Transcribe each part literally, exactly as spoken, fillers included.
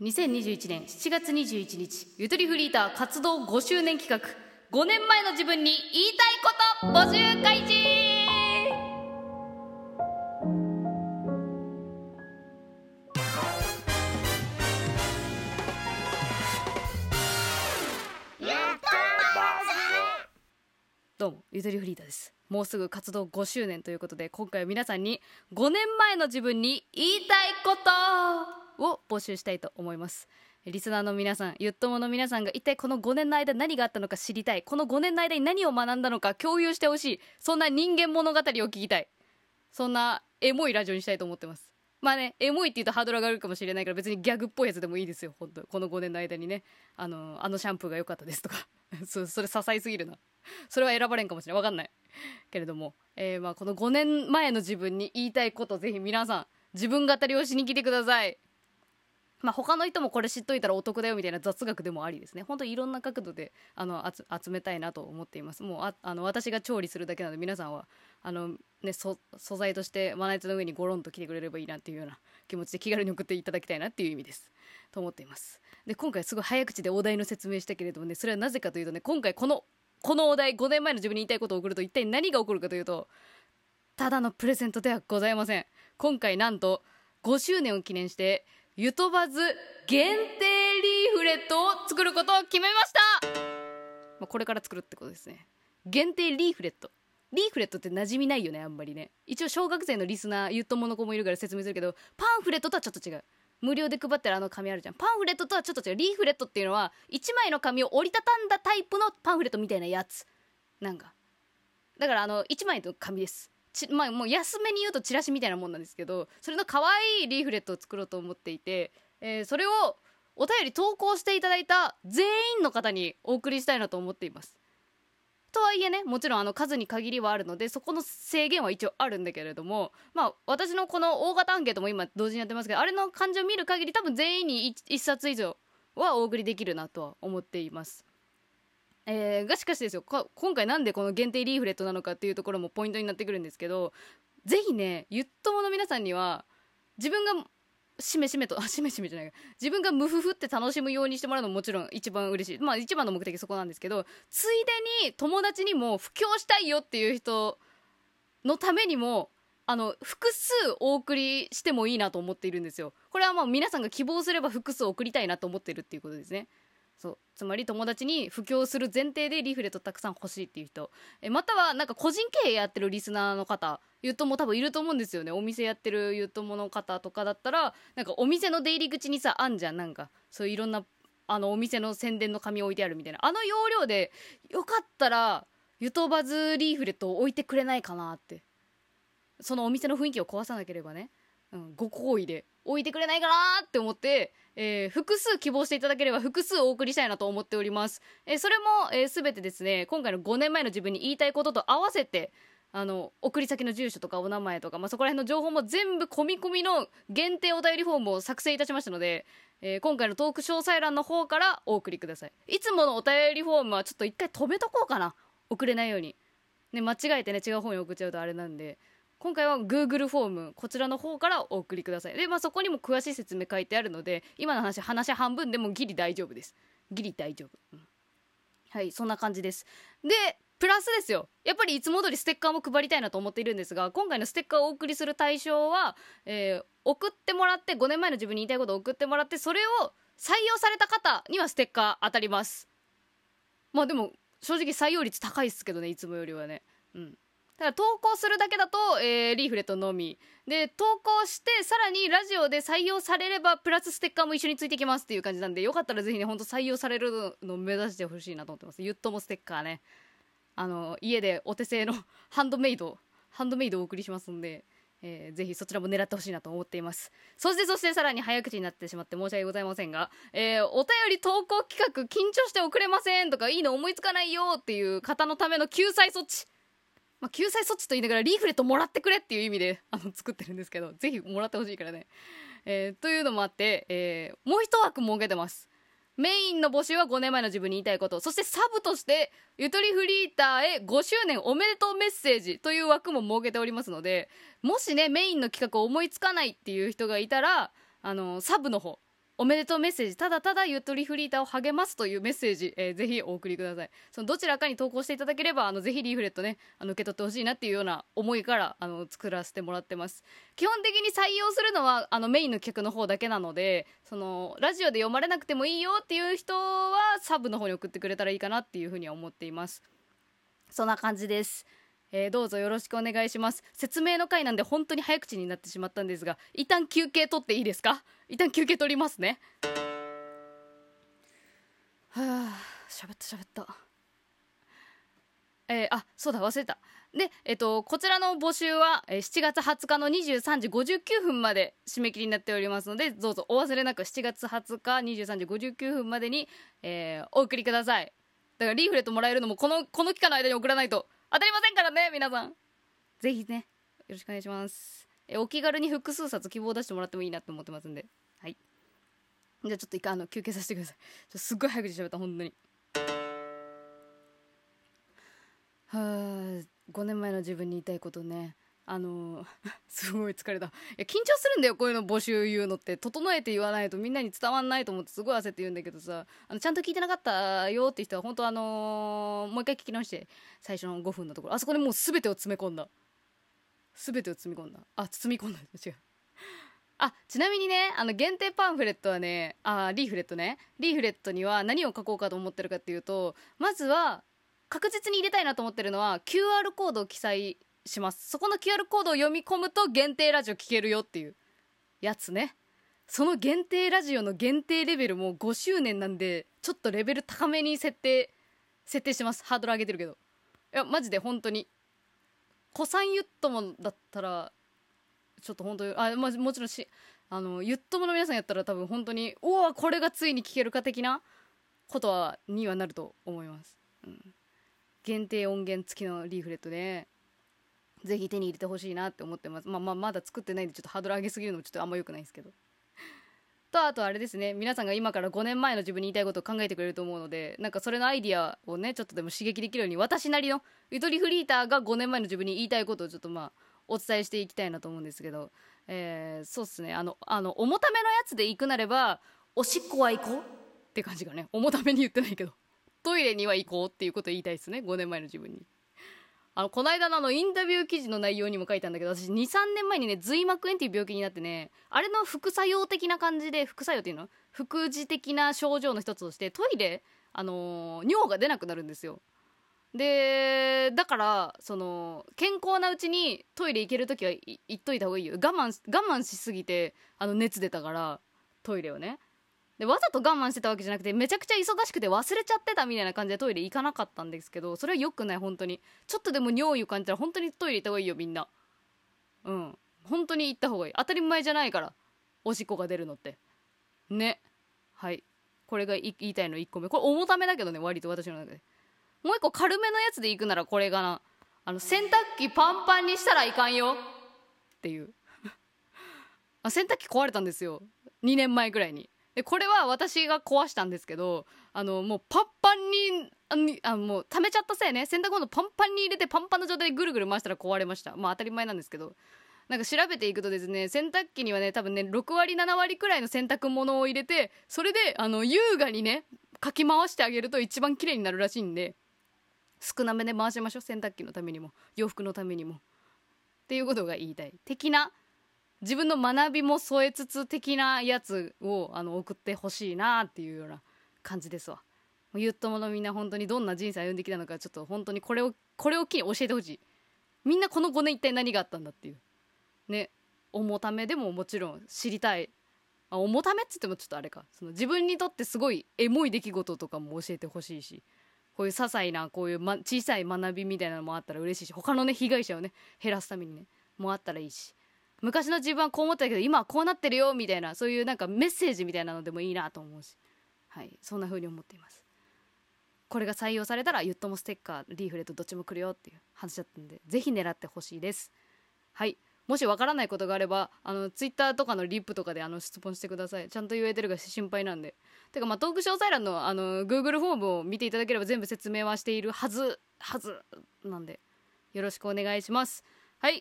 にせんにじゅういちねんしちがつにじゅういちにち、ゆとりフリーター活動ごしゅうねん企画、ごねんまえの自分に言いたいこと募集開示。どうも、ゆとりフリーターです。もうすぐ活動ごしゅうねんということで、今回は皆さんにごねんまえの自分に言いたいことを募集したいと思います。リスナーの皆さん、ゆっともの皆さんが一体このごねんの間何があったのか知りたい、このごねんの間に何を学んだのか共有してほしい、そんな人間物語を聞きたい、そんなエモいラジオにしたいと思ってます。まあね、エモいって言うとハードル上がるかもしれないから別にギャグっぽいやつでもいいですよ。本当このごねんの間にね、あのあのシャンプーが良かったですとかそ, それ支えすぎるな。それは選ばれんかもしれない、分かんないけれども、えー、まあこのごねんまえの自分に言いたいこと、ぜひ皆さん自分語りをしに来てください。まあ他の人もこれ知っといたらお得だよみたいな雑学でもありですね。本当にいろんな角度であの集めたいなと思っています。もう あ, あの私が調理するだけなので、皆さんはあの、ね、そ素材としてまな板の上にゴロンと来てくれればいいなっていうような気持ちで気軽に送っていただきたいなっていう意味ですと思っています。で、今回すごい早口でお題の説明したけれどもね、それはなぜかというとね、今回このこのお題、ごねんまえの自分に言いたいことを送ると一体何が起こるかというと、ただのプレゼントではございません。今回なんとごしゅうねんを記念してゆとばず限定リーフレットを作ることを決めました。まあ、これから作るってことですね。限定リーフレット、リーフレットって馴染みないよね、あんまりね。一応小学生のリスナーゆっともの子もいるから説明するけど、パンフレットとはちょっと違う。無料で配ってるあの紙あるじゃん、パンフレットとはちょっと違う。リーフレットっていうのはいちまいの紙を折りたたんだタイプのパンフレットみたいなやつなんか、だからあのいちまいの紙です。ち、まあ、もう安めに言うとチラシみたいなもんなんですけど、それの可愛いリーフレットを作ろうと思っていて、えー、それをお便り投稿していただいた全員の方にお送りしたいなと思っています。とはいえね、もちろんあの数に限りはあるので、そこの制限は一応あるんだけれども、まあ私のこの大型アンケートも今同時にやってますけど、あれの感じを見る限り多分全員に 1, いっさつ以上はお送りできるなとは思っています。えー、がしかしですよ、今回なんでこの限定リーフレットなのかっていうところもポイントになってくるんですけど、ぜひね、ゆっともの皆さんには自分がしめしめとあしめしめじゃない自分がムフフって楽しむようにしてもらうのももちろん一番嬉しい、まあ一番の目的そこなんですけど、ついでに友達にも布教したいよっていう人のためにもあの複数お送りしてもいいなと思っているんですよ。これはまあ皆さんが希望すれば複数送りたいなと思ってるっていうことですね。そうつまり友達に布教する前提でリーフレットたくさん欲しいっていう人、えまたはなんか個人経営やってるリスナーの方、ゆっとも多分いると思うんですよね。お店やってるゆっともの方とかだったら、なんかお店の出入り口にさあんじゃん、なんかそういういろんなあのお店の宣伝の紙置いてあるみたいな、あの要領でよかったらゆとばずリーフレットを置いてくれないかなって、そのお店の雰囲気を壊さなければね、うん、ご好意で置いてくれないかなって思って、えー、複数希望していただければ複数お送りしたいなと思っております。えー、それも、えー、全てですね、今回のごねんまえの自分に言いたいことと合わせて、あの送り先の住所とかお名前とか、まあ、そこら辺の情報も全部込み込みの限定お便りフォームを作成いたしましたので、えー、今回のトーク詳細欄の方からお送りください。いつものお便りフォームはちょっと一回止めとこうかな、送れないように、ね、間違えてね違う方に送っちゃうとあれなんで、今回は Google フォーム、こちらの方からお送りください。で、まあ、そこにも詳しい説明書いてあるので、今の話話半分でもギリ大丈夫です。ギリ大丈夫、うん、はい、そんな感じです。でプラスですよ、やっぱりいつも通りステッカーも配りたいなと思っているんですが、今回のステッカーをお送りする対象は、えー、送ってもらって、ごねんまえの自分に言いたいことを送ってもらって、それを採用された方にはステッカー当たります。まあでも正直採用率高いですけどね、いつもよりはね。うんただ投稿するだけだと、えー、リーフレットのみで、投稿してさらにラジオで採用されればプラスステッカーも一緒についてきますっていう感じなんで、よかったらぜひね、ほんと採用されるのを目指してほしいなと思ってます。ゆっともステッカーね、あの家でお手製のハンドメイドハンドメイドをお送りしますんで、えー、ぜひそちらも狙ってほしいなと思っています。そしてそしてさらに早口になってしまって申し訳ございませんが、えー、お便り投稿企画緊張して送れませんとか、いいの思いつかないよっていう方のための救済措置、まあ、救済措置と言いながらリーフレットもらってくれっていう意味であの作ってるんですけど、ぜひもらってほしいからね、えー、というのもあって、えー、もう一枠設けてます。メインの募集はごねんまえの自分に言いたいこと、そしてサブとしてゆとりフリーターへごしゅうねんおめでとうメッセージという枠も設けておりますので、もしねメインの企画を思いつかないっていう人がいたら、あのサブの方おめでとうメッセージ、ただただゆとりフリーターを励ますというメッセージ、えー、ぜひお送りください。そのどちらかに投稿していただければ、あのぜひリーフレットね、あの受け取ってほしいなっていうような思いからあの作らせてもらってます。基本的に採用するのはあのメインの曲の方だけなので、そのラジオで読まれなくてもいいよっていう人はサブの方に送ってくれたらいいかなっていうふうには思っています。そんな感じです。えー、どうぞよろしくお願いします。説明の回なんで本当に早口になってしまったんですが、一旦休憩取っていいですか？一旦休憩取りますね。はあ、喋った喋った。えー、あ、そうだ忘れた。で、えっと、こちらの募集は、えー、しちがつはつかのにじゅうさんじごじゅうきゅうふんまで締め切りになっておりますので、どうぞお忘れなくしちがつはつかにじゅうさんじごじゅうきゅうふんまでに、えー、お送りください。だからリーフレットもらえるのもこの、この期間の間に送らないと当たりませんからね、皆さん。ぜひね、よろしくお願いします。えお気軽に複数冊希望を出してもらってもいいなって思ってますんで。はい。じゃあちょっと一回あの休憩させてください。ちょすっごい早口で喋った、本当に。はぁ、ごねんまえの自分に言いたいことね。あのー、すごい疲れた。いや、緊張するんだよ、こういうの募集言うのって。整えて言わないとみんなに伝わんないと思ってすごい焦って言うんだけどさ、あのちゃんと聞いてなかったよって人は本当あのー、もう一回聞き直して、最初のごふんのところ、あそこでもう全てを詰め込んだ。全てを積み込んだ。あ、包み込んだ。違う。あ、ちなみにね、あの限定パンフレットはね、あ、リーフレットね。リーフレットには何を書こうかと思ってるかっていうと、まずは確実に入れたいなと思ってるのは キューアール コードを記載します。そこの キューアール コードを読み込むと限定ラジオ聞けるよっていうやつね。その限定ラジオの限定レベルもごしゅうねんなんで、ちょっとレベル高めに設定設定してます。ハードル上げてるけど、いやマジで本当に子さんゆっともだったらちょっと本当にあ、まあ、もちろんしあのゆっともの皆さんやったら多分本当におわこれがついに聞けるか的なことはにはなると思います、うん、限定音源付きのリーフレットでぜひ手に入れてほしいなって思ってます。まあまあまだ作ってないんでちょっとハードル上げすぎるのもちょっとあんま良くないんですけど、とあとあれですね、皆さんが今からごねんまえの自分に言いたいことを考えてくれると思うので、なんかそれのアイディアをねちょっとでも刺激できるように、私なりのゆとりフリーターがごねんまえの自分に言いたいことをちょっとまあお伝えしていきたいなと思うんですけど、えー、そうっすね、あのあの重ためのやつで行くなればおしっこは行こうって感じがね、重ために言ってないけどトイレには行こうっていうことを言いたいですね、ごねんまえの自分に。あのこの間のあのインタビュー記事の内容にも書いたんだけど、私にさんねんまえにね髄膜炎っていう病気になってね、あれの副作用的な感じで、副作用っていうの副次的な症状の一つとしてトイレ、あのー、尿が出なくなるんですよ。でだからその健康なうちにトイレ行けるときは行っといた方がいいよ。我慢我慢しすぎてあの熱出たからトイレをね、でわざと我慢してたわけじゃなくて、めちゃくちゃ忙しくて忘れちゃってたみたいな感じでトイレ行かなかったんですけど、それは良くない。本当にちょっとでも尿意感じたら本当にトイレ行った方がいいよ、みんな。うん本当に行った方がいい。当たり前じゃないからおしっこが出るのってね。はい、これが言いたいのいっこめ。これ重ためだけどね、割と私の中で。もう一個軽めのやつで行くならこれがな、あの洗濯機パンパンにしたらいかんよっていうあ、洗濯機壊れたんですよ、にねんまえぐらいに。でこれは私が壊したんですけど、あのもうパンパンにあにあもう溜めちゃったせいね、洗濯物パンパンに入れてパンパンの状態でぐるぐる回したら壊れました。まあ当たり前なんですけど、なんか調べていくとですね、洗濯機にはね多分ねろくわりななわりくらいの洗濯物を入れて、それであの優雅にねかき回してあげると一番綺麗になるらしいんで、少なめで回しましょう、洗濯機のためにも洋服のためにもっていうことが言いたい的な、自分の学びも添えつつ的なやつをあの送ってほしいなっていうような感じですわ。ゆっとものみんな本当にどんな人生歩んできたのか、ちょっと本当にこれをこれを機に教えてほしい。みんなこのごねん一体何があったんだっていうね。重ためでももちろん知りたい。あ、重ためっつってもちょっとあれか、その自分にとってすごいエモい出来事とかも教えてほしいし、こういう些細なこういう、ま、小さい学びみたいなのもあったら嬉しいし、他のね被害者をね減らすためにねもあったらいいし、昔の自分はこう思ってたけど今はこうなってるよみたいな、そういうなんかメッセージみたいなのでもいいなと思うし、はい、そんな風に思っています。これが採用されたらゆっともステッカーリーフレットどっちも来るよっていう話だったんで、ぜひ狙ってほしいです。はい、もしわからないことがあればあのツイッターとかのリップとかであの質問してください。ちゃんと言えてるか心配なんで。てかまあトーク詳細欄のあの Google フォームを見ていただければ全部説明はしているはずはずなんでよろしくお願いします。はい、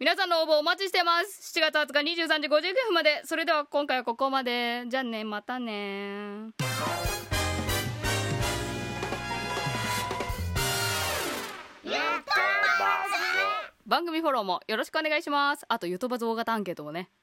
皆さんの応募お待ちしてます。しちがつはつかにじゅうさんじごじゅうきゅうふんまで。それでは今回はここまで。じゃあね、またね。番組フォローもよろしくお願いします。あとゆとばず大型アンケートもね